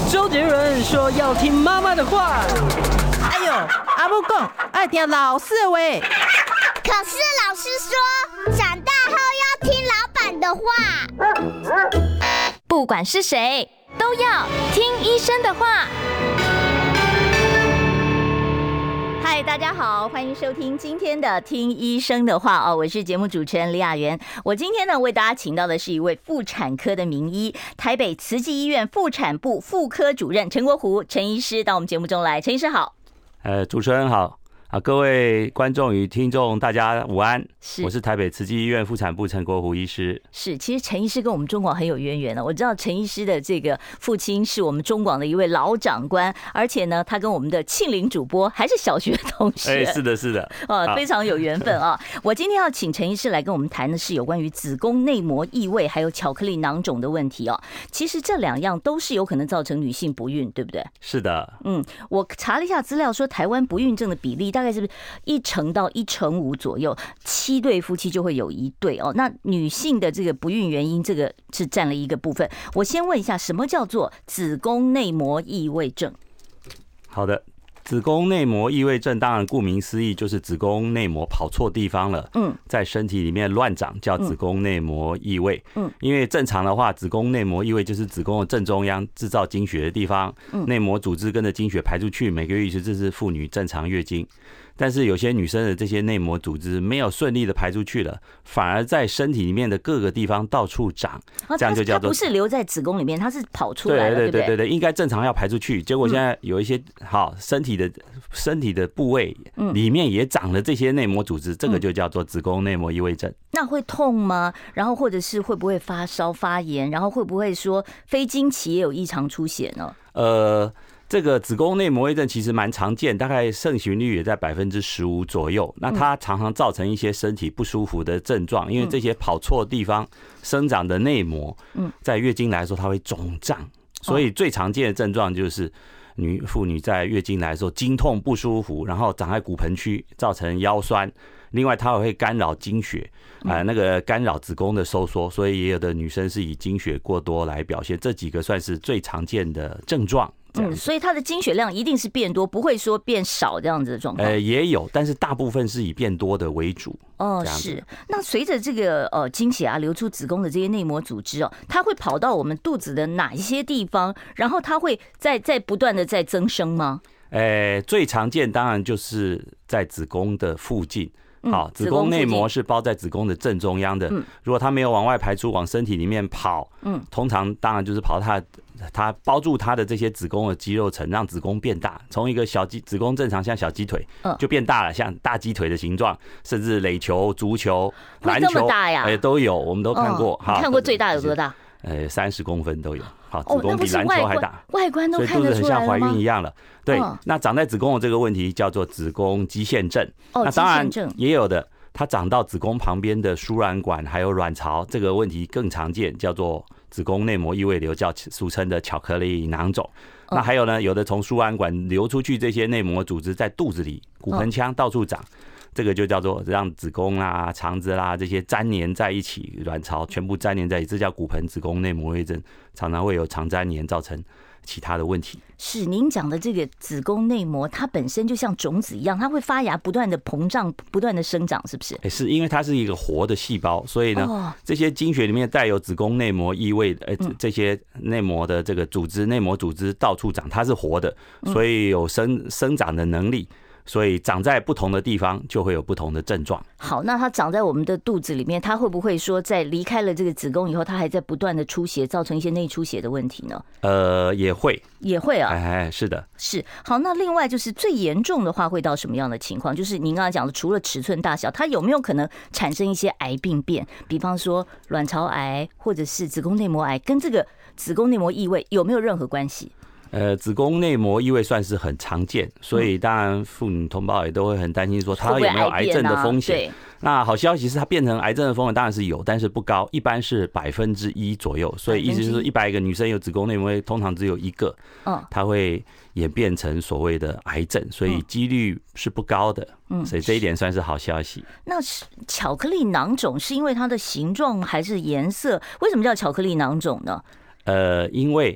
周杰伦说要听妈妈的话。 哎呦，阿母讲爱听老师的话。 可是老师说，长大后要听老板的话。 不管是谁，都要听医生的话。嗨，大家好，欢迎收听今天的听医生的话哦，我是节目主持人李雅媛。我今天呢为大家请到的是一位妇产科的名医，台北慈济医院妇产部妇科主任陈国湖陈医师到我们节目中来。陈医师好。 主持人好啊，各位观众与听众大家午安，我是台北慈济医院妇产部陈国湖医师。 是，其实陈医师跟我们中广很有渊源的。我知道陈医师的这个父亲是我们中广的一位老长官，而且呢，他跟我们的庆龄主播还是小学同学。 是的，是的， 非常有缘分啊！我今天要请陈医师来跟我们谈的是有关于子宫内膜异位还有巧克力囊肿的问题哦。其实这两样都是有可能造成女性不孕，对不对？ 是的。 我查了一下资料，说台湾不孕症的比例大概是1%到1%5左右，7对夫妻就会有1对哦。那女性的这个不孕原因，这个是占了一个部分。我先问一下，什么叫做子宫内膜异位症？ 好的，子宫内膜异位症当然顾名思义就是子宫内膜跑错地方了，在身体里面乱长，叫子宫内膜异位。因为正常的话，子宫内膜异位就是子宫的正中央制造经血的地方，内膜组织跟着经血排出去，每个月一次，这是妇女正常月经。但是有些女生的这些内膜组织没有顺利的排出去了，反而在身体里面的各个地方到处长，这样就叫做它不是留在子宫里面，它是跑出来了，对不对？ 对，应该正常要排出去，结果现在有一些好身体的部位里面也长了这些内膜组织，这个就叫做子宫内膜异位症。 那会痛吗？然后或者是会不会发烧发炎？然后会不会说非经期也有异常出血呢？ 这个子宫内膜异位症其实蛮常见，大概盛行率也在15%左右。那它常常造成一些身体不舒服的症状，因为这些跑错地方生长的内膜，在月经来的时候它会肿胀，所以最常见的症状就是妇女在月经来的时候经痛不舒服，然后长在骨盆区，造成腰酸。另外，它也会干扰经血，那个干扰子宫的收缩，所以也有的女生是以经血过多来表现。这几个算是最常见的症状。 所以它的经血量一定是变多，不会说变少这样子的状况。 也有，但是大部分是以变多的为主。 是。那随着这个经血流出子宫的这些内膜组织它会跑到我们肚子的哪一些地方？然后它会再不断的在增生吗？ 最常见当然就是在子宫的附近。好，子宫内膜是包在子宫的正中央的。如果它没有往外排出，往身体里面跑，通常当然就是跑它包住它的这些子宫的肌肉层，让子宫变大，从一个子宫正常像小鸡腿，就变大了，像大鸡腿的形状，甚至垒球、足球、篮球，都有，我们都看过。 你看过最大有多大 ？30公分都有。好，子宫比篮球还大， 外观都看得出来了吗？所以肚子很像怀孕一样了。对，那长在子宫的这个问题叫做子宫肌腺症。那当然也有的，它长到子宫旁边的输卵管还有卵巢，这个问题更常见，叫做子宫内膜异位瘤，俗称的巧克力囊肿。那还有呢，有的从输卵管流出去这些内膜组织在肚子里、骨盆腔到处长。这个就叫做让子宫啦、肠子啦这些粘连在一起，卵巢全部粘连在一起，这叫骨盆子宫内膜异位症，常常会有肠粘连造成其他的问题。 是您讲的这个子宫内膜，它本身就像种子一样，它会发芽，不断的膨胀，不断的生长，是不是？ 是因为它是一个活的细胞，所以呢，这些经血里面带有子宫内膜异位，这些内膜的这个组织，内膜组织到处长，它是活的，所以有生长的能力。所以长在不同的地方就会有不同的症状。 好，那它长在我们的肚子里面，它会不会说在离开了这个子宫以后，它还在不断的出血，造成一些内出血的问题呢？ 也会啊。是的。 是。好，那另外就是最严重的话会到什么样的情况？就是您刚才讲的，除了尺寸大小，它有没有可能产生一些癌病变？比方说卵巢癌或者是子宫内膜癌，跟这个子宫内膜异位有没有任何关系？ 子宫内膜异位算是很常见，所以当然妇女同胞也都会很担心说它有没有癌症的风险。那好消息是它变成癌症的风险当然是有，但是不高，一般是1%左右。所以意思就是100个女生有子宫内膜异位，通常只有1个，它会演变成所谓的癌症，所以几率是不高的。所以这一点算是好消息。 那巧克力囊肿是因为它的形状还是颜色？为什么叫巧克力囊肿呢？ 因为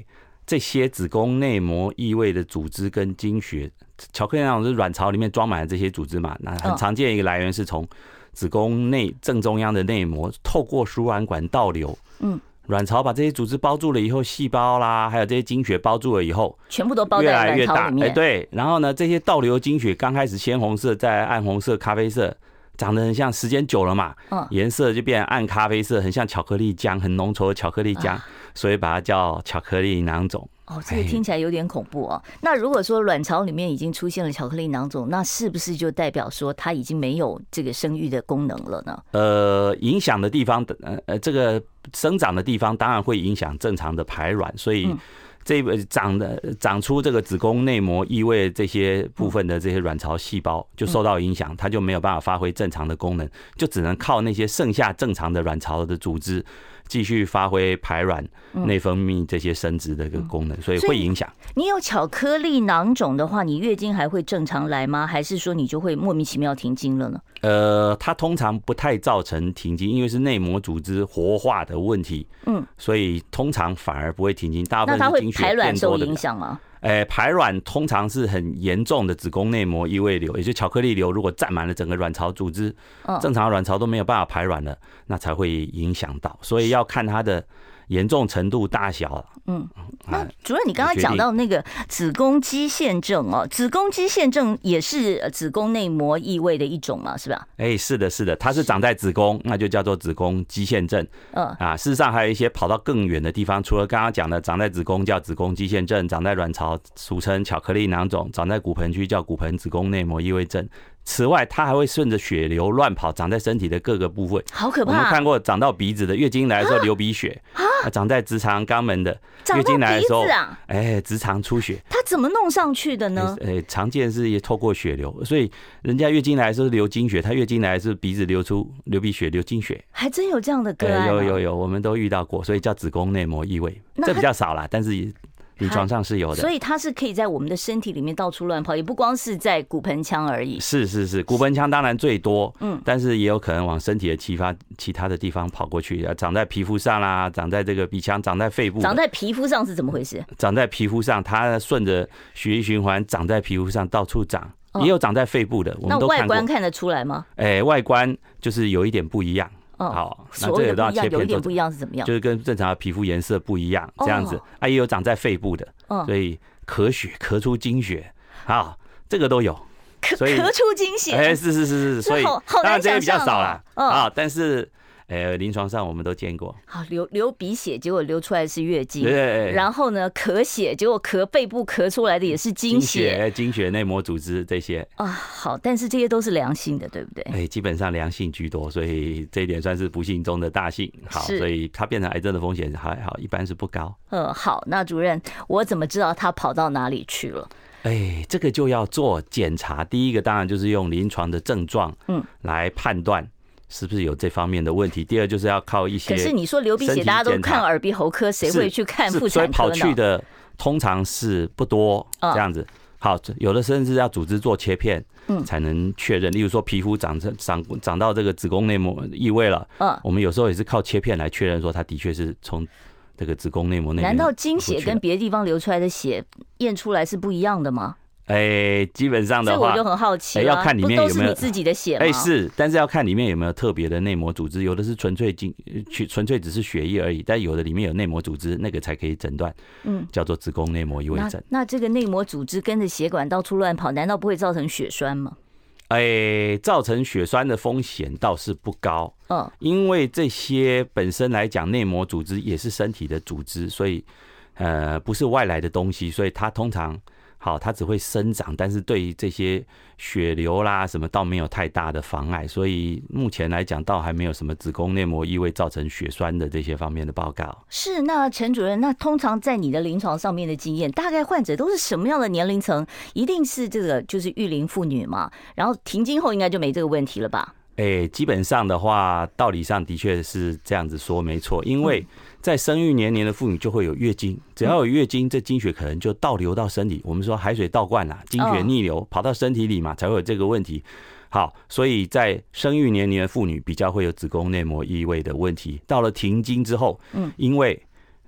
这些子宫内膜异位的组织跟经血，巧克力囊肿是卵巢里面装满了这些组织嘛？那很常见一个来源是从子宫内正中央的内膜透过输卵管倒流。卵巢把这些组织包住了以后，细胞啦，还有这些经血包住了以后， 全部都包在卵巢里面。 对，然后呢，这些倒流经血刚开始鲜红色，再暗红色、咖啡色，长得很像，时间久了嘛，颜色就变暗咖啡色，很像巧克力浆，很浓稠的巧克力浆，所以把它叫巧克力囊肿。 这个听起来有点恐怖哦。那如果说卵巢里面已经出现了巧克力囊肿，那是不是就代表说它已经没有这个生育的功能了呢？ 影响的地方，这个生长的地方当然会影响正常的排卵，所以这长出这个子宫内膜异位这些部分的这些卵巢细胞就受到影响，它就没有办法发挥正常的功能，就只能靠那些剩下正常的卵巢的组织继续发挥排卵、内分泌这些生殖的一个功能，所以会影响。 你有巧克力囊肿的话，你月经还会正常来吗？还是说你就会莫名其妙停经了呢？ 它通常不太造成停经，因为是内膜组织活化的问题，所以通常反而不会停经。大部分是经血变多的。那它会排卵受影响吗？排卵通常是很严重的子宫内膜异位瘤，也就是巧克力瘤，如果占满了整个卵巢组织，正常的卵巢都没有办法排卵了，那才会影响到。所以要看它的严重程度大小。 那主任，你刚刚讲到那个子宫肌腺症哦，子宫肌腺症也是子宫内膜异位的一种嘛，是吧？ 是的，是的，它是长在子宫，那就叫做子宫肌腺症。事实上还有一些跑到更远的地方，除了刚刚讲的长在子宫叫子宫肌腺症，长在卵巢俗称巧克力囊肿，长在骨盆区叫骨盆子宫内膜异位症。此外，它还会顺着血流乱跑，长在身体的各个部分。 好可怕！ 我们看过长到鼻子的，月经来的时候流鼻血；长在直肠肛门的，月经来的时候，直肠出血。 它怎么弄上去的呢？ 常见是也透过血流，所以人家月经来的时候流经血，他月经来的是鼻子流鼻血、流经血， 还真有这样的个案。 有，我们都遇到过，所以叫子宫内膜异位，这比较少啦，但是临床上是有的， 所以它是可以在我们的身体里面到处乱跑，也不光是在骨盆腔而已。 是，骨盆腔当然最多，但是也有可能往身体的其他的地方跑过去，长在皮肤上啦，长在这个鼻腔，长在肺部。 长在皮肤上是怎么回事？ 长在皮肤上，它顺着血液循环长在皮肤上到处长，也有长在肺部的，我们都看过。 那外观看得出来吗？ 外观就是有一点不一样。 好，那这个都要切片，有一点不一样是怎么样？ 就是跟正常的皮肤颜色不一样，这样子。也有长在肺部的，所以咳血、咳出经血，这个都有。 咳出经血， 是，所以当然这些比较少啦。但是临床上我们都见过。 好，流鼻血，结果流出来是月经。 对。 然后呢，咳血，结果肺部咳出来的也是经血。 经血、内膜组织这些。 好，但是这些都是良性的，对不对？ 基本上良性居多，所以这一点算是不幸中的大幸。好，所以它变成癌症的风险还好，一般是不高。 好，那主任，我怎么知道它跑到哪里去了？ 这个就要做检查。第一个当然就是用临床的症状，来判断是不是有这方面的问题。第二就是要靠一些， 可是你说流鼻血，大家都看耳鼻喉科，谁会去看妇产科呢？ 所以跑去的通常是不多，这样子。好，有的甚至要组织做切片，才能确认。例如说皮肤长到这个子宫内膜异位了，我们有时候也是靠切片来确认说它的确是从这个子宫内膜内。 难道经血跟别的地方流出来的血验出来是不一样的吗？ 基本上的话， 这我就很好奇了。 要看里面有没有， 不都是你自己的血吗？ 是，但是要看里面有没有特别的内膜组织，有的是纯粹只是血液而已，但有的里面有内膜组织，那个才可以诊断，叫做子宫内膜异位症。 那这个内膜组织跟着血管到处乱跑，难道不会造成血栓吗？ 造成血栓的风险倒是不高，因为这些本身来讲，内膜组织也是身体的组织，所以不是外来的东西，所以它通常。它只会生长，但是对于这些血流啦什么倒没有太大的妨碍，所以目前来讲倒还没有什么子宫内膜异位造成血栓的这些方面的报告。 是，那陈主任，那通常在你的临床上面的经验，大概患者都是什么样的年龄层？一定是这个就是育龄妇女嘛，然后停经后应该就没这个问题了吧？ 基本上的话，道理上的确是这样子说没错，因为在生育年龄的妇女就会有月经，只要有月经，这经血可能就倒流到身体。我们说海水倒灌啦，经血逆流跑到身体里嘛，才会有这个问题。好，所以在生育年龄的妇女比较会有子宫内膜异位的问题。到了停经之后，因为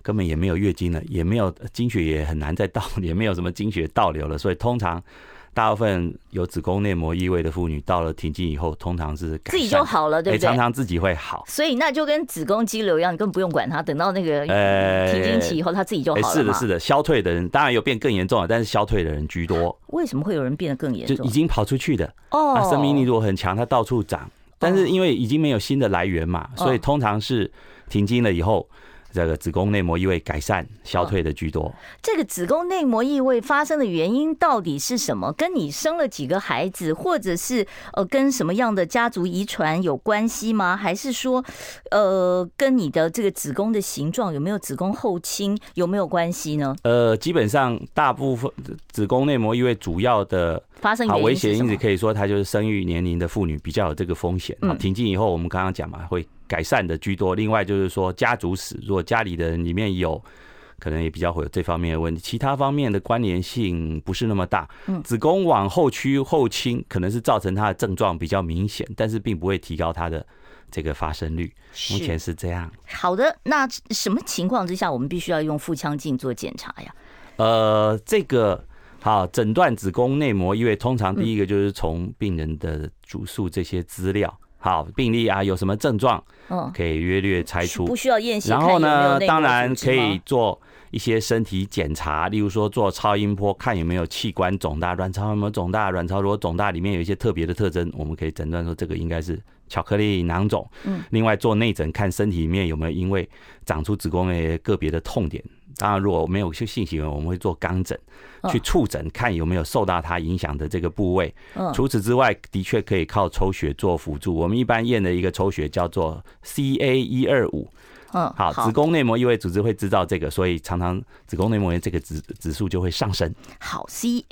根本也没有月经了，也没有经血也很难再倒，也没有什么经血倒流了，所以通常大部分有子宫内膜异位的妇女到了停经以后，通常是自己就好了，对不对？ 常常自己会好。 所以那就跟子宫肌瘤一样，你根本不用管它，等到那个停经期以后，它自己就好了嘛。 是的，是的，消退的人当然有变更严重了，但是消退的人居多。 为什么会有人变得更严重？ 就已经跑出去的哦， 生命力如果很强，它到处长，但是因为已经没有新的来源嘛，所以通常是停经了以后。这个子宫内膜异位改善消退的居多。 这个子宫内膜异位发生的原因到底是什么？跟你生了几个孩子，或者是跟什么样的家族遗传有关系吗？还是说跟你的这个子宫的形状有没有子宫后倾有没有关系呢？ 基本上大部分子宫内膜异位主要的发生原因是什么？ 危险因子可以说它就是生育年龄的妇女比较有这个风险。停经以后我们刚刚讲嘛，会改善的居多。另外就是说家族史，如果家里的人里面有，可能也比较会有这方面的问题。其他方面的关联性不是那么大。子宫往后屈后倾可能是造成它的症状比较明显，但是并不会提高它的这个发生率。目前是这样。 好的，那什么情况之下我们必须要用腹腔镜做检查呀？ 这个好，诊断子宫内膜异位，通常第一个就是从病人的主诉这些资料。好，病历啊，有什么症状，可以约略猜出， 不需要验血。 然后呢，当然可以做一些身体检查，例如说做超音波，看有没有器官肿大，卵巢有没有肿大，卵巢如果肿大里面有一些特别的特征，我们可以诊断说这个应该是巧克力囊肿。另外做内诊，看身体里面有没有因为长出子宫内个别的痛点。当然，如果没有性行为，我们会做肛诊，去触诊，看有没有受到它影响的这个部位。除此之外，的确可以靠抽血做辅助。我们一般验的一个抽血叫做 CA125。好，子宫内膜异位组织会知道这个，所以常常子宫内膜炎这个指数就会上升。 好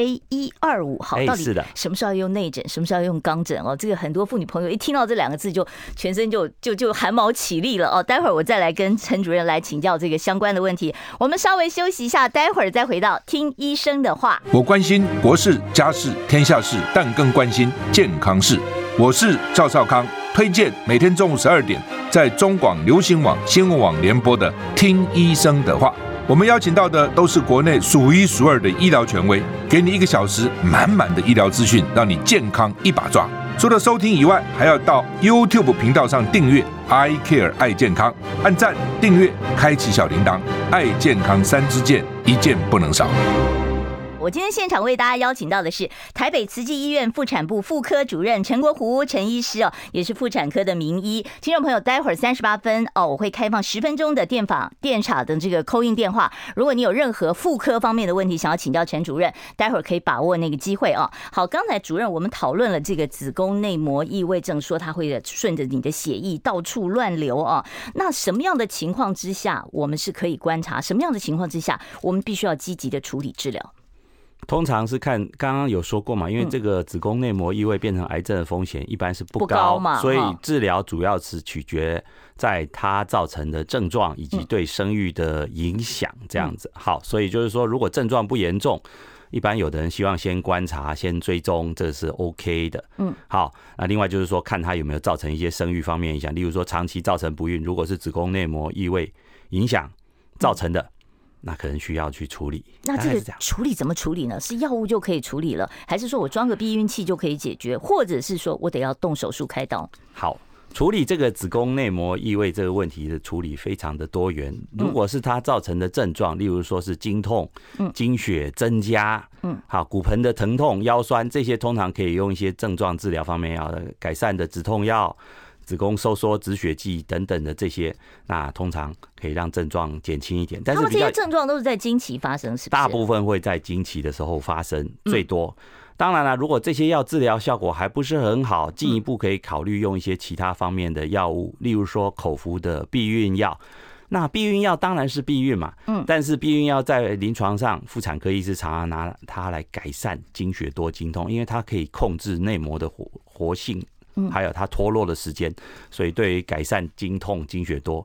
，CA125， 好，到底什么时候要用内诊，什么时候要用肛诊哦？这个很多妇女朋友一听到这两个字就全身就汗毛起立了哦。待会儿我再来跟陈主任来请教这个相关的问题。我们稍微休息一下，待会儿再回到听医生的话。 我关心国事、家事、天下事，但更关心健康事。我是赵少康，推荐每天中午12点在中广流行网、新闻网联播的《听医生的话》。我们邀请到的都是国内数一数二的医疗权威，给你1个小时满满的医疗资讯，让你健康一把抓。除了收听以外，还要到 YouTube 频道上订阅 I Care 爱健康，按赞、订阅、开启小铃铛，爱健康3支箭，一件不能少。 我今天现场为大家邀请到的是台北慈济医院妇产部妇科主任陈国湖陈医师哦，也是妇产科的名医。听众朋友，待会儿38分哦，我会开放10分钟的电访、电查的这个 call in 电话。如果你有任何妇科方面的问题想要请教陈主任，待会儿可以把握那个机会哦。好，刚才主任我们讨论了这个子宫内膜异位症，说它会顺着你的血液到处乱流哦。那什么样的情况之下我们是可以观察？什么样的情况之下我们必须要积极的处理治疗？ 通常是看刚刚有说过嘛，因为这个子宫内膜异位变成癌症的风险一般是不高嘛， 所以治疗主要是取决在它造成的症状以及对生育的影响这样子。好，所以就是说如果症状不严重，一般有的人希望先观察先追踪，这是 OK 的。好，那另外就是说看它有没有造成一些生育方面影响，例如说长期造成不孕，如果是子宫内膜异位影响造成的，那可能需要去处理。 那这个处理怎么处理呢？是药物就可以处理了，还是说我装个避孕器就可以解决，或者是说我得要动手术开刀？ 好，处理这个子宫内膜异位这个问题的处理非常的多元。如果是它造成的症状，例如说是经痛、经血增加，好，骨盆的疼痛、腰酸，这些通常可以用一些症状治疗方面要改善的止痛药、子宫收缩止血剂等等的这些，那通常可以让症状减轻一点。但是他们这些症状都是在经期发生，是不是？ 大部分会在经期的时候发生最多。当然了，如果这些药治疗效果还不是很好，进一步可以考虑用一些其他方面的药物，例如说口服的避孕药。那避孕药当然是避孕嘛，但是避孕药在临床上，妇产科医师常常拿它来改善经血多经痛，因为它可以控制内膜的活性，还有它脱落的时间，所以对于改善经痛、经血多，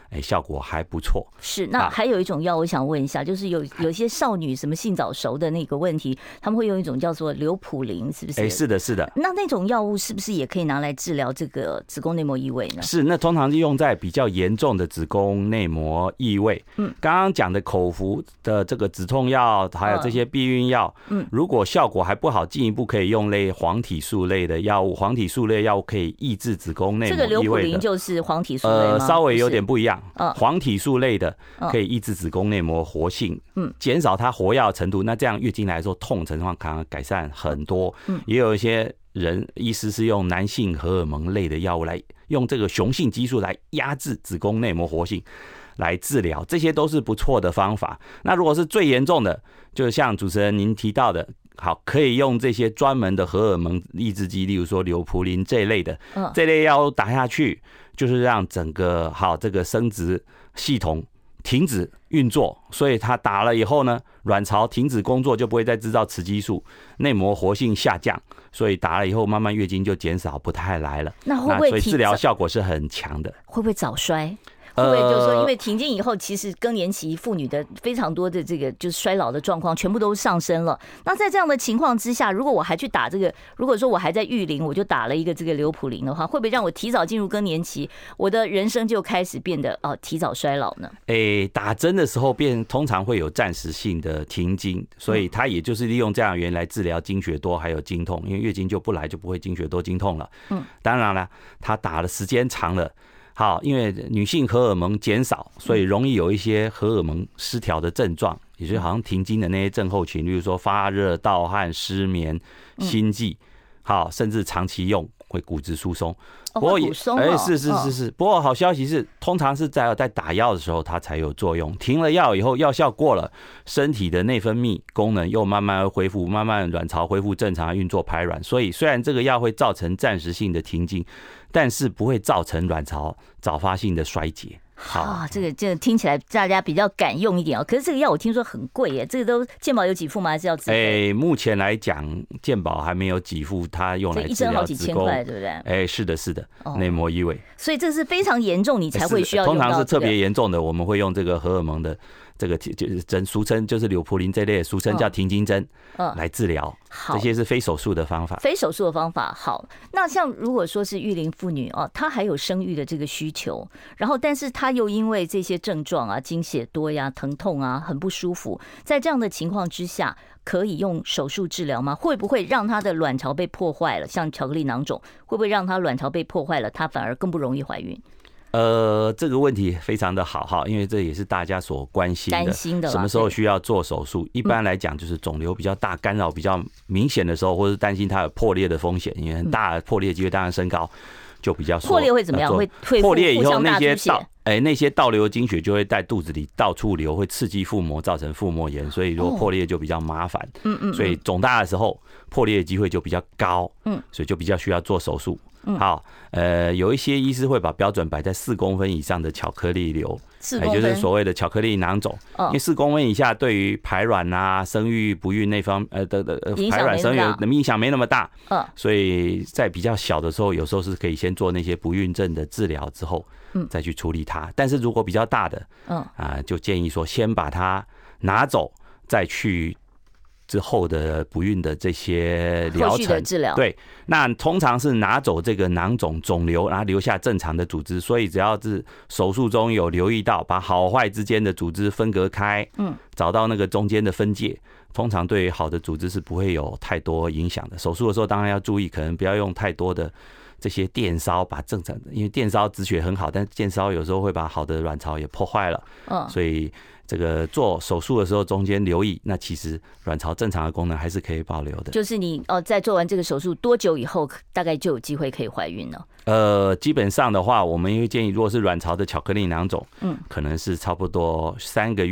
效果还不错。 是，那还有一种药，我想问一下，就是有些少女什么性早熟的那个问题，他们会用一种叫做硫普林，是不是？ 是的，是的。 那种药物是不是也可以拿来治疗这个子宫内膜异位呢？ 是，那通常是用在比较严重的子宫内膜异位。刚刚讲的口服的这个止痛药，还有这些避孕药，如果效果还不好，进一步可以用类黄体素类的药物。黄体素类药物可以抑制子宫内膜异位的。 这个硫普林就是黄体素类吗？ 稍微有点不一样。黄体素类的可以抑制子宫内膜活性，减少它活跃程度。那这样月经来的时候痛情况可能改善很多。也有一些人医师是用男性荷尔蒙类的药物来用这个雄性激素来压制子宫内膜活性来治疗，这些都是不错的方法。那如果是最严重的，就像主持人您提到的，好，可以用这些专门的荷尔蒙抑制剂，例如说硫普林这一类的，这类药物打下去，就是让整个这个生殖系统停止运作，所以它打了以后呢，卵巢停止工作，就不会再制造雌激素，内膜活性下降，所以打了以后慢慢月经就减少，不太来了。 那会不会所以治疗效果是很强的？ 会不会早衰？会不会就是说，因为停经以后，其实更年期妇女的非常多的这个就是衰老的状况，全部都上升了。那在这样的情况之下，如果我还去打这个，如果说我还在育龄，我就打了一个这个硫普林的话，会不会让我提早进入更年期，我的人生就开始变得提早衰老呢？ 打针的时候通常会有暂时性的停经，所以它也就是利用这样的原因来治疗经血多还有经痛，因为月经就不来就不会经血多经痛了。当然了，它打的时间长了。好，因为女性荷尔蒙减少，所以容易有一些荷尔蒙失调的症状，也就是好像停经的那些症候群，例如说发热、盗汗、失眠、心悸，好，甚至长期用会骨质疏松。 不过也是。不过好消息是，通常是在打药的时候它才有作用，停了药以后，药效过了，身体的内分泌功能又慢慢恢复，慢慢卵巢恢复正常的运作排卵。所以虽然这个药会造成暂时性的停经，但是不会造成卵巢早发性的衰竭。 这个听起来大家比较敢用一点可是这个药我听说很贵耶，这个都健保有给付吗？还是要自费？ 目前来讲健保还没有给付，它用来治疗子宫，一针好几千块， 对不对？ 是的，内膜异位， 所以这是非常严重，你才会需要用到。 通常是特别严重的，我们会用这个荷尔蒙的这个就是针，俗称就是硫普林这类，俗称叫停经针，来治疗。这些是非手术的方法。 非手术的方法。好，那像如果说是育龄妇女她还有生育的这个需求，然后但是她又因为这些症状啊，经血多呀、疼痛啊，很不舒服，在这样的情况之下，可以用手术治疗吗？会不会让她的卵巢被破坏了？像巧克力囊肿，会不会让她卵巢被破坏了，她反而更不容易怀孕？ 这个问题非常的好，因为这也是大家所关心的， 担心的。 什么时候需要做手术？一般来讲，就是肿瘤比较大、干扰比较明显的时候，或是担心它有破裂的风险，因为很大的破裂机会当然升高，就比较说破裂会怎么样？会破裂以后那些倒流经血就会在肚子里到处流，会刺激腹膜，造成腹膜炎，所以如果破裂就比较麻烦。所以肿大的时候破裂的机会就比较高。所以就比较需要做手术。好，有一些医师会把标准摆在4公分以上的巧克力瘤，也就是所谓的巧克力囊肿。因为4公分以下对于排卵啊、生育不孕那方的排卵生育的影响没那么大。所以在比较小的时候，有时候是可以先做那些不孕症的治疗之后，再去处理它。但是如果比较大的，就建议说先把它拿走，再去之后的不孕的这些疗程治疗。 对，那通常是拿走这个囊肿肿瘤，然后留下正常的组织。所以只要是手术中有留意到把好坏之间的组织分隔开，找到那个中间的分界，通常对于好的组织是不会有太多影响的。手术的时候当然要注意，可能不要用太多的这些电烧，把正常的，因为电烧止血很好，但是电烧有时候会把好的卵巢也破坏了。所以这个做手术的时候中间留意，那其实卵巢正常的功能还是可以保留的。 就是你在做完这个手术多久以后大概就有机会可以怀孕呢？ 基本上的话，我们会建议，如果是卵巢的巧克力囊肿，可能是差不多3个月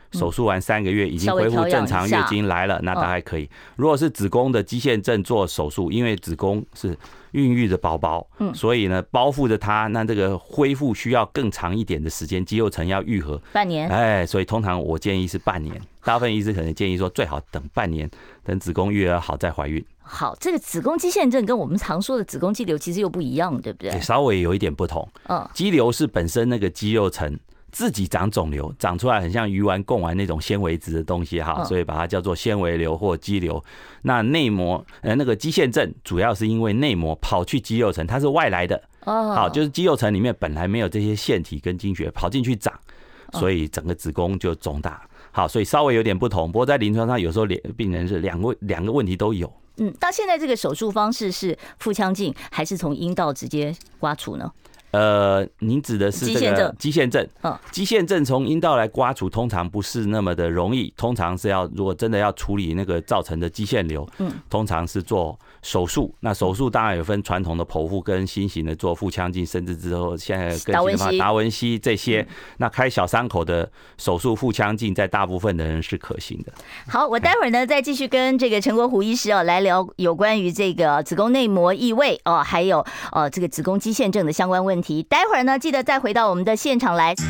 手术完3个月已经恢复正常月经来了，那大概可以。如果是子宫的肌腺症做手术，因为子宫是孕育的宝宝，所以呢包覆着它，那这个恢复需要更长一点的时间，肌肉层要愈合半年。 所以通常我建议是半年，大部分医师可能建议说最好等半年，等子宫愈合好再怀孕。 好，这个子宫肌腺症跟我们常说的子宫肌瘤其实又不一样，对不对？ 稍微有一点不同。肌瘤是本身那个肌肉层自己长肿瘤，长出来很像鱼丸、贡丸那种纤维质的东西哈，所以把它叫做纤维瘤或肌瘤。那内膜那个肌腺症主要是因为内膜跑去肌肉层，它是外来的。好，就是肌肉层里面本来没有这些腺体跟经血跑进去长，所以整个子宫就肿大。好，所以稍微有点不同。不过在临床上有时候病人是两个问题都有。 到现在这个手术方式是腹腔镜还是从阴道直接刮除呢？ 您指的是这个肌腺症。肌腺症从阴道来刮除通常不是那么的容易，通常是如果真的要处理那个造成的肌腺瘤，通常是做手术。那手术当然有分传统的剖腹跟新型的做腹腔镜，甚至之后现在更新的达文西这些。那开小伤口的手术腹腔镜，在大部分的人是可行的。 好，我待会儿呢再继续跟这个陈国虎医师来聊有关于这个子宫内膜异位还有这个子宫肌腺症的相关问题。待会儿呢，记得再回到我们的现场来。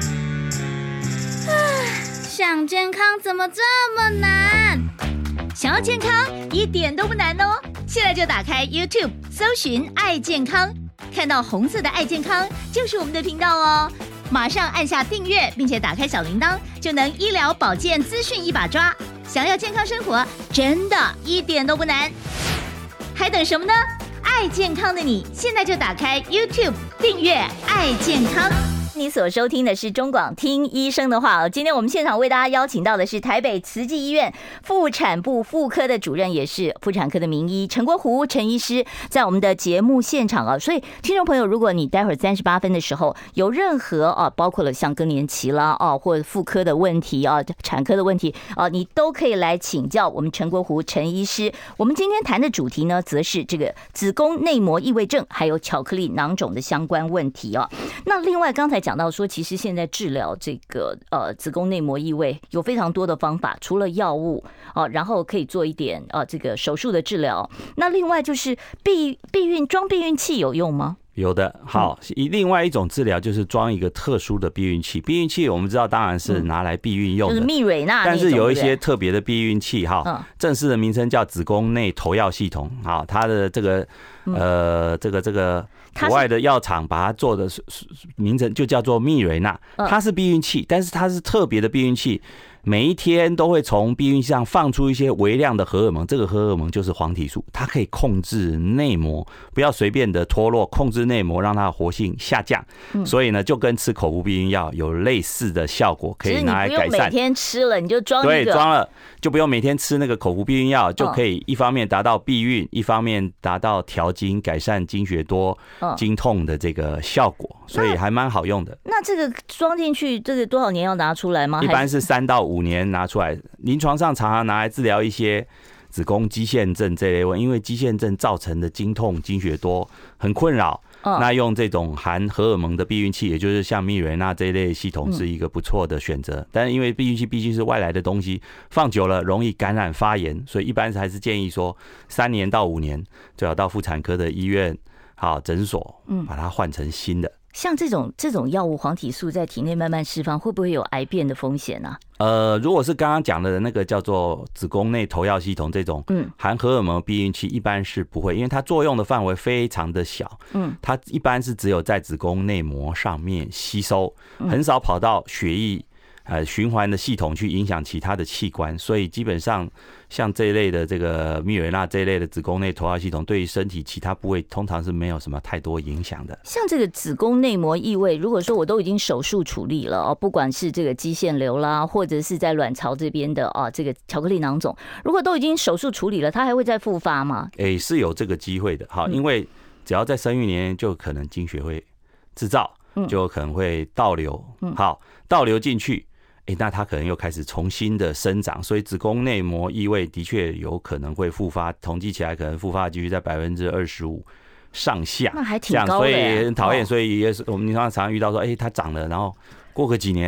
想健康怎么这么难？ 想要健康一点都不难哦！现在就打开 YouTube 搜寻爱健康，看到红色的爱健康就是我们的频道哦。马上按下订阅，并且打开小铃铛，就能医疗保健资讯一把抓。想要健康生活，真的一点都不难，还等什么呢？爱健康的你，现在就打开 YouTube 订阅爱健康。你所收听的是中广听医生的话。今天我们现场为大家邀请到的是台北慈济医院妇产部妇科的主任，也是妇产科的名医陈国虎陈医师，在我们的节目现场所以听众朋友，如果你待会儿38分的时候有任何包括了像更年期啦或者妇科的问题产科的问题你都可以来请教我们陈国虎陈医师。我们今天谈的主题呢，则是这个子宫内膜异位症还有巧克力囊肿的相关问题那另外刚才讲到说，其实现在治疗这个子宫内膜异位有非常多的方法，除了药物然后可以做一点这个手术的治疗。那另外就是装避孕器有用吗？ 有的。好，另外一种治疗就是装一个特殊的避孕器。避孕器我们知道当然是拿来避孕用的， 就是蜜蕊娜， 但是有一些特别的避孕器正式的名称叫子宫内投药系统。好，它的这个这个国外的药厂把它做的名称就叫做蜜蕊娜。它是避孕器，但是它是特别的避孕器，每一天都会从避孕器上放出一些微量的荷尔蒙，这个荷尔蒙就是黄体素，它可以控制内膜不要随便的脱落，控制内膜让它的活性下降。所以呢，就跟吃口服避孕药有类似的效果，可以拿来改善。 其实你不用每天吃了，你就装一个。 对，装了就不用每天吃那个口服避孕药，就可以一方面达到避孕，一方面达到调经、改善经血多、经痛的这个效果，所以还蛮好用的。 那这个装进去，这个多少年要拿出来吗？ 一般是3到5年拿出来。临床上常常拿来治疗一些子宫肌腺症这类问题，因为肌腺症造成的经痛、经血多很困扰。那用这种含荷尔蒙的避孕器，也就是像蜜蕊娜这一类系统，是一个不错的选择。但是因为避孕器毕竟是外来的东西，放久了容易感染发炎，所以一般还是建议说3年到5年最好到妇产科的医院诊所把它换成新的。 像这种药物黄体素在体内慢慢释放，会不会有癌变的风险呢？ 如果是刚刚讲的那个叫做子宫内投药系统这种含荷尔蒙避孕器，一般是不会，因为它作用的范围非常的小。它一般是只有在子宫内膜上面吸收，很少跑到血液循环的系统去影响其他的器官，所以基本上像这一类的这个蜜蕊娜这一类的子宫内投药系统，对于身体其他部位通常是没有什么太多影响的。 像这个子宫内膜异位，如果说我都已经手术处理了不管是这个肌腺瘤啦，或者是在卵巢这边的这个巧克力囊肿，如果都已经手术处理了，它还会再复发吗？ 是有这个机会的。好，因为只要在生育年就可能经血会制造，就可能会倒流。好，倒流进去。那它可能又开始重新的生长，所以子宫内膜异位的确有可能会复发，统计起来可能复发的几率在25%上下， 那还挺高的， 所以很讨厌。所以也是我们常常遇到说，它长了，然后过个几年，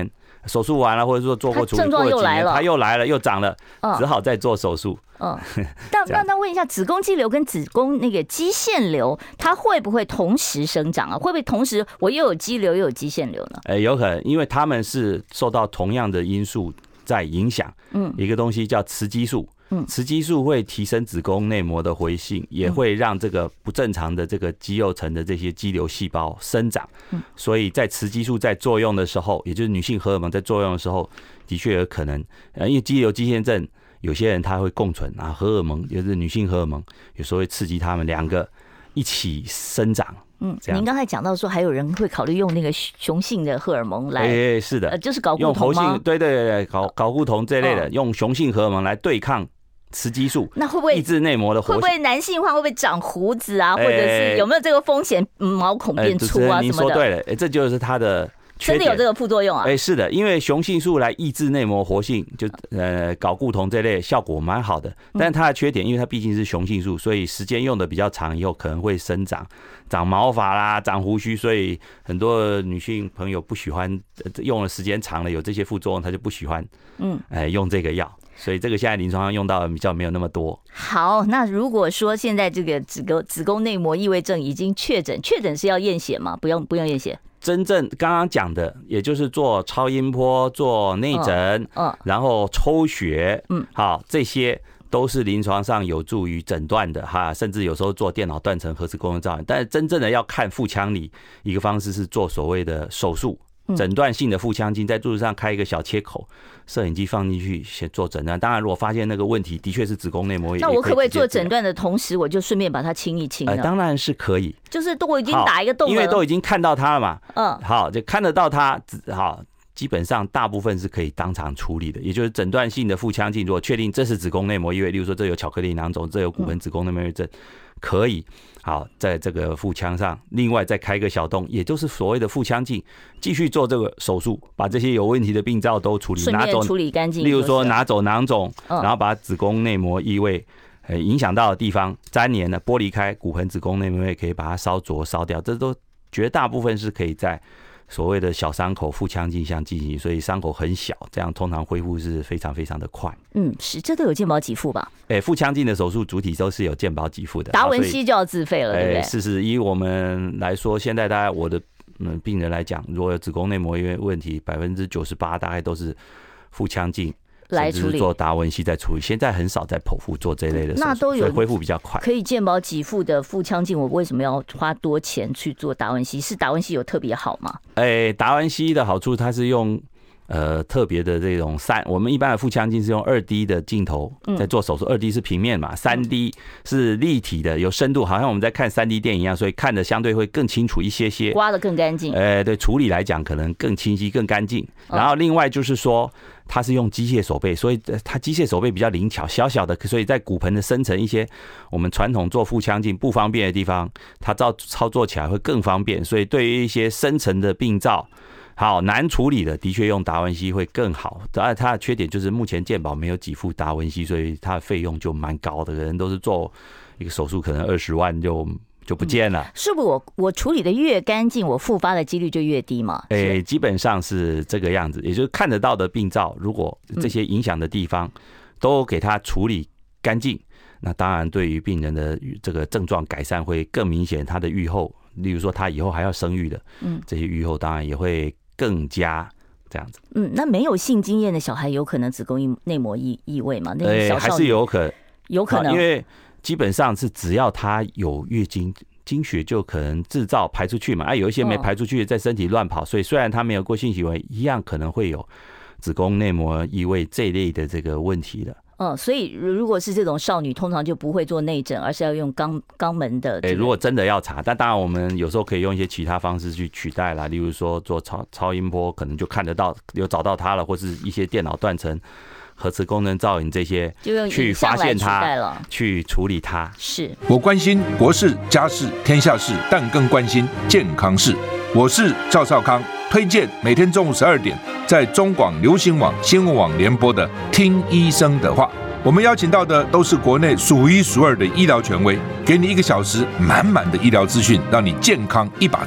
手术完了，或者说做过处理， 症状又来了， 他又来了，又长了，只好再做手术。 那问一下，子宫肌瘤跟子宫那个肌腺瘤，它会不会同时生长啊？会不会同时我又有肌瘤又有肌腺瘤呢？ 有可能，因为他们是受到同样的因素在影响。一个东西叫雌激素。雌激素会提升子宫内膜的活性，也会让这个不正常的这个肌肉层的这些肌瘤细胞生长。所以在雌激素在作用的时候，也就是女性荷尔蒙在作用的时候，的确有可能，因为肌瘤肌腺症有些人他会共存啊，荷尔蒙就是女性荷尔蒙，有时候会刺激他们两个一起生长。 您刚才讲到说，还有人会考虑用那个雄性的荷尔蒙来，是的，就是睾固酮吗？ 对，睾固酮这类的，用雄性荷尔蒙来对抗雌激素， 那会不会抑制内膜的活性？ 会不会男性化？会不会长胡子啊？或者是有没有这个风险？毛孔变粗啊什么的？ 您说对了，这就是它的缺点。 真的有这个副作用啊？ 是的，因为雄性素来抑制内膜活性，就睾固酮这类效果蛮好的，但是它的缺点，因为它毕竟是雄性素，所以时间用的比较长以后，可能会生长毛发啦，长胡须，所以很多女性朋友不喜欢，用的时间长了有这些副作用，她就不喜欢用这个药。所以这个现在临床上用到的比较没有那么多。 好，那如果说现在这个子宫内膜异位症已经确诊是要验血吗？不用验血。 真正刚刚讲的，也就是做超音波、做内诊，然后抽血，好，这些都是临床上有助于诊断的哈，甚至有时候做电脑断层、核磁共振造影。但是真正的要看腹腔里，一个方式是做所谓的手术。诊断性的腹腔镜，在肚子上开一个小切口，摄影机放进去先做诊断。当然，如果发现那个问题的确是子宫内膜， 那我可不可以做诊断的同时，我就顺便把它清一清呢？ 当然是可以， 就是我已经打一个洞了， 因为都已经看到它了嘛。好，就看得到它，好，基本上大部分是可以当场处理的。也就是诊断性的腹腔镜，如果确定这是子宫内膜异位，例如说这有巧克力囊肿，这有骨盆子宫内膜异位症，可以。好，在这个腹腔上，另外再开个小洞，也就是所谓的腹腔镜，继续做这个手术，把这些有问题的病灶都处理， 顺便处理干净。 例如说拿走囊肿，然后把子宫内膜异位影响到的地方粘连的剥离开，骨盆子宫内膜也可以把它烧灼烧掉，这都绝大部分是可以在所谓的小伤口腹腔镜下进行，所以伤口很小，这样通常恢复是非常非常的快。 是，这都有健保给付吧？ 腹腔镜的手术主体都是有健保给付的， 达文西就要自费了，对不对？ 是，以我们来说，现在大概我的病人来讲，如果有子宫内膜异位问题，98%大概都是腹腔镜来处理，做达文西在处理。现在很少在剖腹做这类的手术， 那都有， 所以恢复比较快。 可以健保给付的腹腔镜，我为什么要花多钱去做达文西？是达文西有特别好吗？ 达文西的好处，它是用特别的这种我们一般的腹腔镜是用2D 的镜头在做手术，2D 是平面嘛，3D 是立体的，有深度，好像我们在看3D 电影一样，所以看的相对会更清楚一些， 刮得更干净。 对，处理来讲可能更清晰、更干净。然后另外就是说，它是用机械手背，所以它机械手背比较灵巧，小小的，所以在骨盆的深层一些我们传统做腹腔镜不方便的地方，它操作起来会更方便。所以对于一些深层的病灶，好难处理的，的确用达文西会更好。当然，它的缺点就是目前健保没有给付达文西，所以它的费用就蛮高的。人都是做一个手术，可能20万就不见了。 是不是我处理的越干净，我复发的几率就越低嘛？ 基本上是这个样子。也就是看得到的病灶，如果这些影响的地方都给它处理干净，那当然对于病人的这个症状改善会更明显。他的预后，例如说他以后还要生育的，这些预后当然也会更加这样子。 那没有性经验的小孩有可能子宫内膜异位吗？那小少女还是有可能，因为基本上是只要他有月经，经血就可能制造排出去嘛。有一些没排出去，在身体乱跑，所以虽然他没有过性行为，一样可能会有子宫内膜异位这一类的这个问题的。 所以如果是这种少女，通常就不会做内诊，而是要用肛门的。 如果真的要查，但当然我们有时候可以用一些其他方式去取代啦，例如说做超音波，可能就看得到，有找到它了，或是一些电脑断层、核磁共振造影这些，去发现它，去处理它。 是我关心国事、家事、天下事，但更关心健康事。我是赵少康，推荐每天中午12点在中广流行网、新闻网联播的《听医生的话》。我们邀请到的都是国内数一数二的医疗权威，给你1个小时满满的医疗资讯，让你健康一把抓。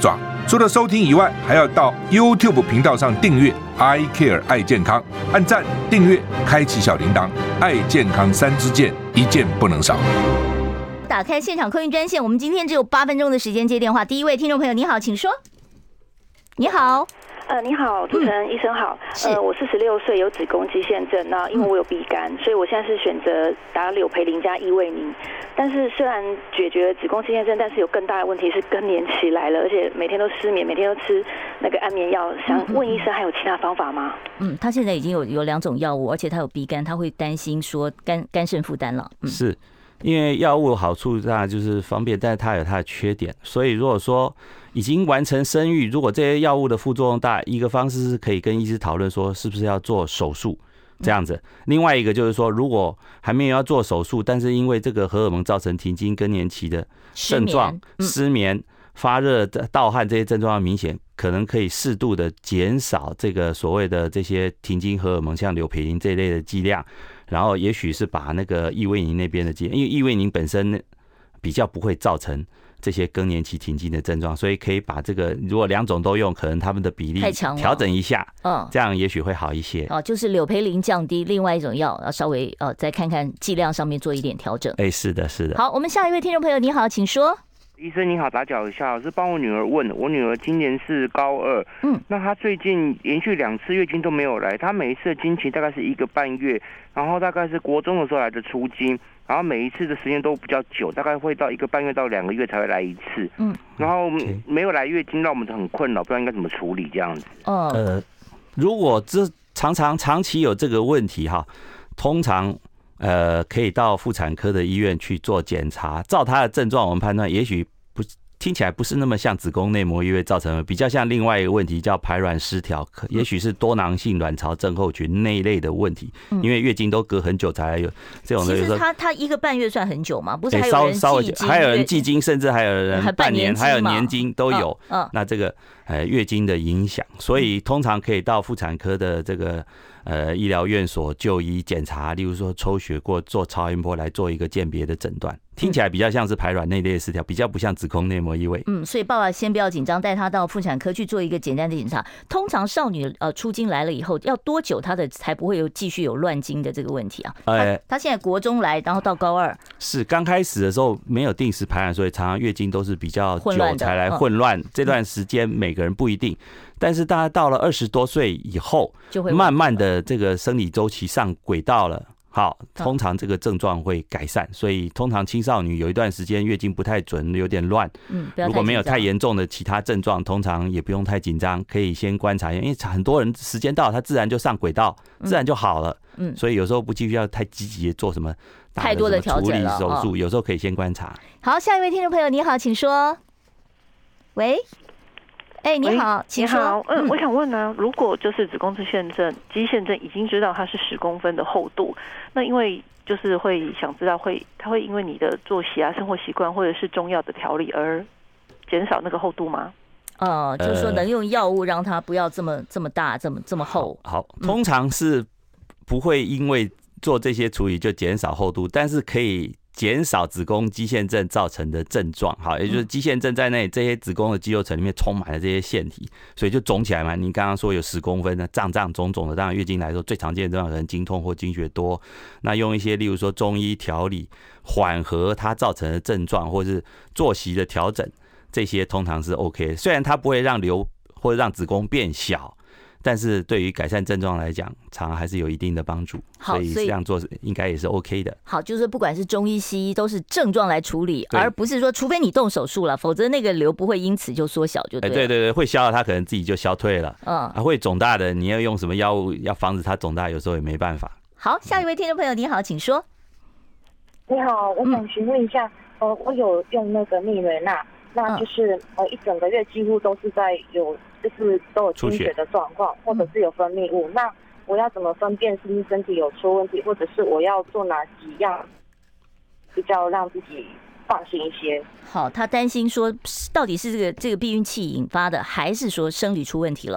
除了收听以外，还要到 YouTube 频道上订阅 I Care 爱健康，按赞、订阅、开启小铃铛，爱健康3支箭，一件不能少。 打开现场客运专线，我们今天只有8分钟的时间接电话。第一位听众朋友，你好，请说。你好。 你好，主持人，医生好。我46岁，有子宫肌腺症。那因为我有 B 肝，所以我现在是选择打柳培林加异位宁。但是虽然解决子宫肌腺症，但是有更大的问题是更年期来了，而且每天都失眠，每天都吃那个安眠药。想问医生还有其他方法吗？ 他现在已经有2种药物，而且他有 B 肝，他会担心说肝肾负担了。 是。因为药物好处当然就是方便，但是它有它的缺点，所以如果说已经完成生育，如果这些药物的副作用大，一个方式是可以跟医师讨论说是不是要做手术这样子。另外一个就是说，如果还没有要做手术，但是因为这个荷尔蒙造成停经更年期的症状，失眠、发热、盗汗这些症状明显，可能可以适度的减少这个所谓的这些停经荷尔蒙，像柳培林这一类的剂量。然后也许是把那个异位宁那边的剂，因为异位宁本身比较不会造成这些更年期停经的症状，所以可以把这个如果2种都用，可能他们的比例调整一下，这样也许会好一些。 就是柳培林降低，另外一种药要稍微再看看剂量上面做一点调整。 是的，是的。 好，我们下一位听众朋友，你好，请说。 医生你好，打搅一下，我是帮我女儿问，我女儿今年是高2，那她最近连续2次月经都没有来，她每一次的经期大概是1个半月，然后大概是国中的时候来的初经，然后每一次的时间都比较久，大概会到1个半月到2个月才会来一次，然后没有来月经让我们很困扰，不知道应该怎么处理这样子。 如果这长期有这个问题哈，通常可以到妇产科的医院去做检查，照他的症状，我们判断也许不听起来不是那么像子宫内膜异位造成的，比较像另外一个问题叫排卵失调，也许是多囊性卵巢症候群那一类的问题，因为月经都隔很久才有这种的。 其实他1个半月算很久吗？不是还有人季经， 还有人季经，甚至还有人半年，还有年经都有。那这个月经的影响，所以通常可以到妇产科的这个医疗院所就医检查，例如说抽血或做超音波来做一个鉴别的诊断。听起来比较像是排卵内类失调，比较不像子宫内膜异位。 所以爸爸先不要紧张，带他到妇产科去做一个简单的检查。通常少女出经来了以后，要多久她的才不会继续有乱经的这个问题啊？他现在国中来，然后到高2，是刚开始的时候没有定时排卵，所以常常月经都是比较久才来混乱。这段时间每个人不一定，但是大家到了20多岁以后，就会慢慢的这个生理周期上轨道了。好，通常这个症状会改善，所以通常青少女有一段时间月经不太准，有点乱，如果没有太严重的其他症状，通常也不用太紧张，可以先观察，因为很多人时间到，他自然就上轨道，自然就好了。所以有时候不必要太积极的做什么太多的调整了， 手术有时候可以先观察。 好，下一位听众朋友你好，请说。喂。你好，请说。 你好，我想问呢，如果就是子宫肌腺症已经知道它是10公分的厚度，那因为就是会想知道它会因为你的作息啊、生活习惯或者是中药的调理而减少那个厚度吗？ 就是说能用药物让它不要这么大、这么厚。 好，通常是不会因为做这些处理就减少厚度，但是可以减少子宫肌腺症造成的症状，好，也就是肌腺症在内，这些子宫的肌肉层里面充满了这些腺体，所以就肿起来嘛。你刚刚说有10公分的胀肿的，当然月经来说最常见的症状可能经痛或经血多。那用一些例如说中医调理缓和它造成的症状，或是作息的调整，这些通常是 OK 的。虽然它不会让瘤或者让子宫变小，但是对于改善症状来讲，常常还是有一定的帮助，所以这样做应该也是 OK 的。 好，就是不管是中医西医，都是症状来处理，而不是说除非你动手术了，否则那个瘤不会因此就缩小就对了。 对，会消了，它可能自己就消退了。会肿大的，你要用什么药物要防止它肿大，有时候也没办法。 好，下一位听众朋友你好，请说。 你好，我想询问一下，我有用那个蜜蕊钠，那就是一整个月几乎都是就是都有经血的状况，或者是有分泌物。那我要怎么分辨是不是身体有出问题，或者是我要做哪几样比较让自己放心一些？ 好，他担心说到底是这个避孕器引发的，还是说生理出问题了？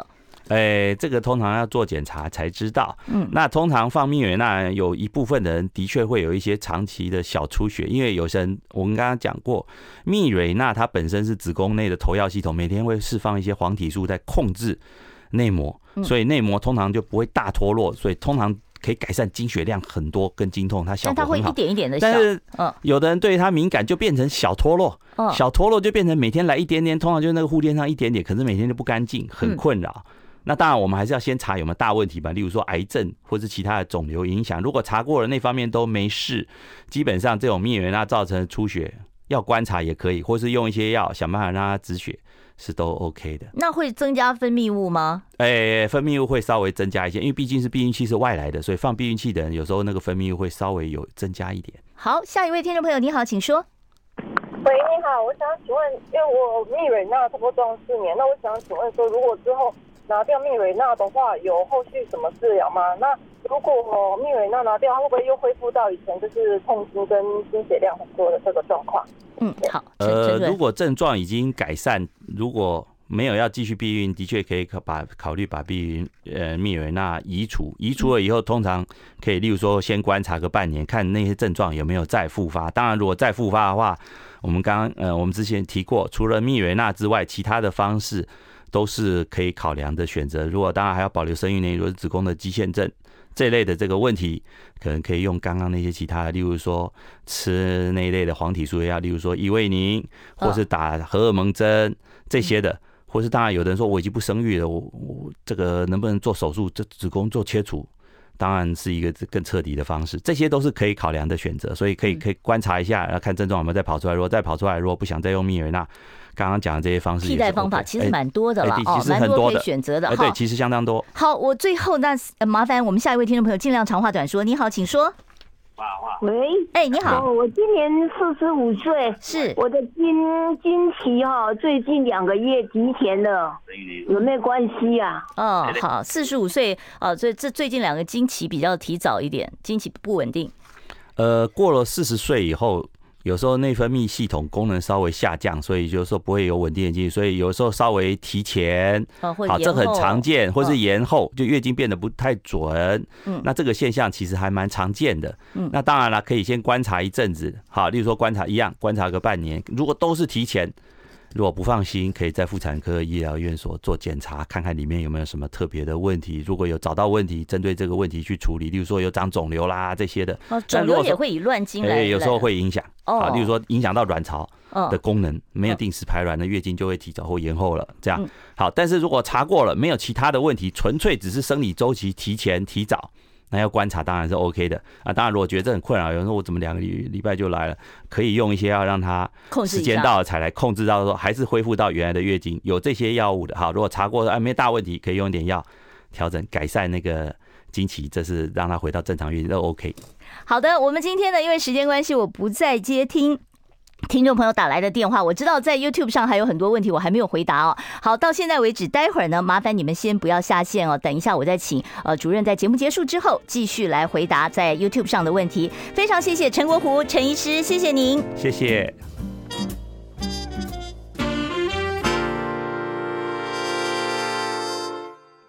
这个通常要做检查才知道。那通常放蜜蕊钠有一部分的人的确会有一些长期的小出血，因为有些人我们刚刚讲过，蜜蕊钠它本身是子宫内的投药系统，每天会释放一些黄体素在控制内膜，所以内膜通常就不会大脱落，所以通常可以改善经血量很多跟经痛，它效果很好。 但它会一点一点的小， 但是有的人对它敏感就变成小脱落，小脱落就变成每天来一点点，通常就是那个护垫上一点点，可是每天就不干净，很困扰。那当然我们还是要先查有没有大问题吧，例如说癌症或是其他的肿瘤影响。如果查过了那方面都没事，基本上这种蜜蕊钠造成的出血要观察也可以，或是用一些药想办法让它止血，是都 OK 的。 那会增加分泌物吗？ 分泌物会稍微增加一些，因为毕竟是避孕器是外来的，所以放避孕器的人有时候那个分泌物会稍微有增加一点。 好，下一位听众朋友你好，请说。 喂，你好，我想请问，因为我蜜蕊钠差不多装4年，那我想请问说，如果之后拿掉蜜蕊钠的话，有后续什么治疗吗？那如果蜜蕊钠拿掉，它会不会又恢复到以前就是痛经跟经血量很多的这个状况？ 好。 如果症状已经改善，如果没有要继续避孕，的确可以考虑把蜜蕊钠移除。移除了以后，通常可以，例如说先观察个半年，看那些症状有没有再复发。当然，如果再复发的话，我们之前提过，除了蜜蕊钠之外，其他的方式都是可以考量的选择。如果当然还要保留生育能力，如果是子宫的肌腺症这一类的这个问题，可能可以用刚刚那些其他的，例如说吃那一类的黄体素药，例如说伊维宁，或是打荷尔蒙针这些的。或是当然有的人说我已经不生育了，我这个能不能做手术，这子宫做切除，当然是一个更彻底的方式，这些都是可以考量的选择，所以可以观察一下，然后看症状有没有再跑出来。如果再跑出来，如果不想再用蜜蕊钠，刚刚讲的这些方式替代方法其实蛮多的了， 其实很多可以选择的。 对，其实相当多。 好，我最后那麻烦我们下一位听众朋友尽量长话短说。你好，请说。 喂， 你好， 我今年45岁， 是我的经期最近2个月提前了，有没有关系啊？ 好，45岁这最近2个经期比较提早一点，经期不稳定。 过了40岁以后，有时候内分泌系统功能稍微下降，所以就是说不会有稳定的经期，所以有时候稍微提前，好，这很常见，或是延后，就月经变得不太准。那这个现象其实还蛮常见的。那当然了，可以先观察一阵子，好，例如说观察个半年，如果都是提前，如果不放心，可以在妇产科医疗院所做检查，看看里面有没有什么特别的问题。如果有找到问题，针对这个问题去处理，例如说有长肿瘤啦这些的。 肿瘤也会以乱经来， 有时候会影响。例如说影响到卵巢的功能，没有定时排卵的月经就会提早或延后了。这样好，但是如果查过了没有其他的问题，纯粹只是生理周期提前提早，那要观察当然是 OK 的啊。当然如果觉得这很困扰，有人说我怎么2个礼拜就来了，可以用一些药让它时间到了才来控制到说还是恢复到原来的月经，有这些药物的。好，如果查过没大问题，可以用一点药调整改善那个经期，这是让它回到正常月经都 OK。 好的，我们今天呢，因为时间关系，我不再接听众朋友打来的电话。我知道在 YouTube 上还有很多问题我还没有回答哦。好，到现在为止，待会儿呢，麻烦你们先不要下线哦，等一下我再请主任在节目结束之后继续来回答在 YouTube 上的问题。非常谢谢陈国虎陈医师，谢谢您， 谢谢。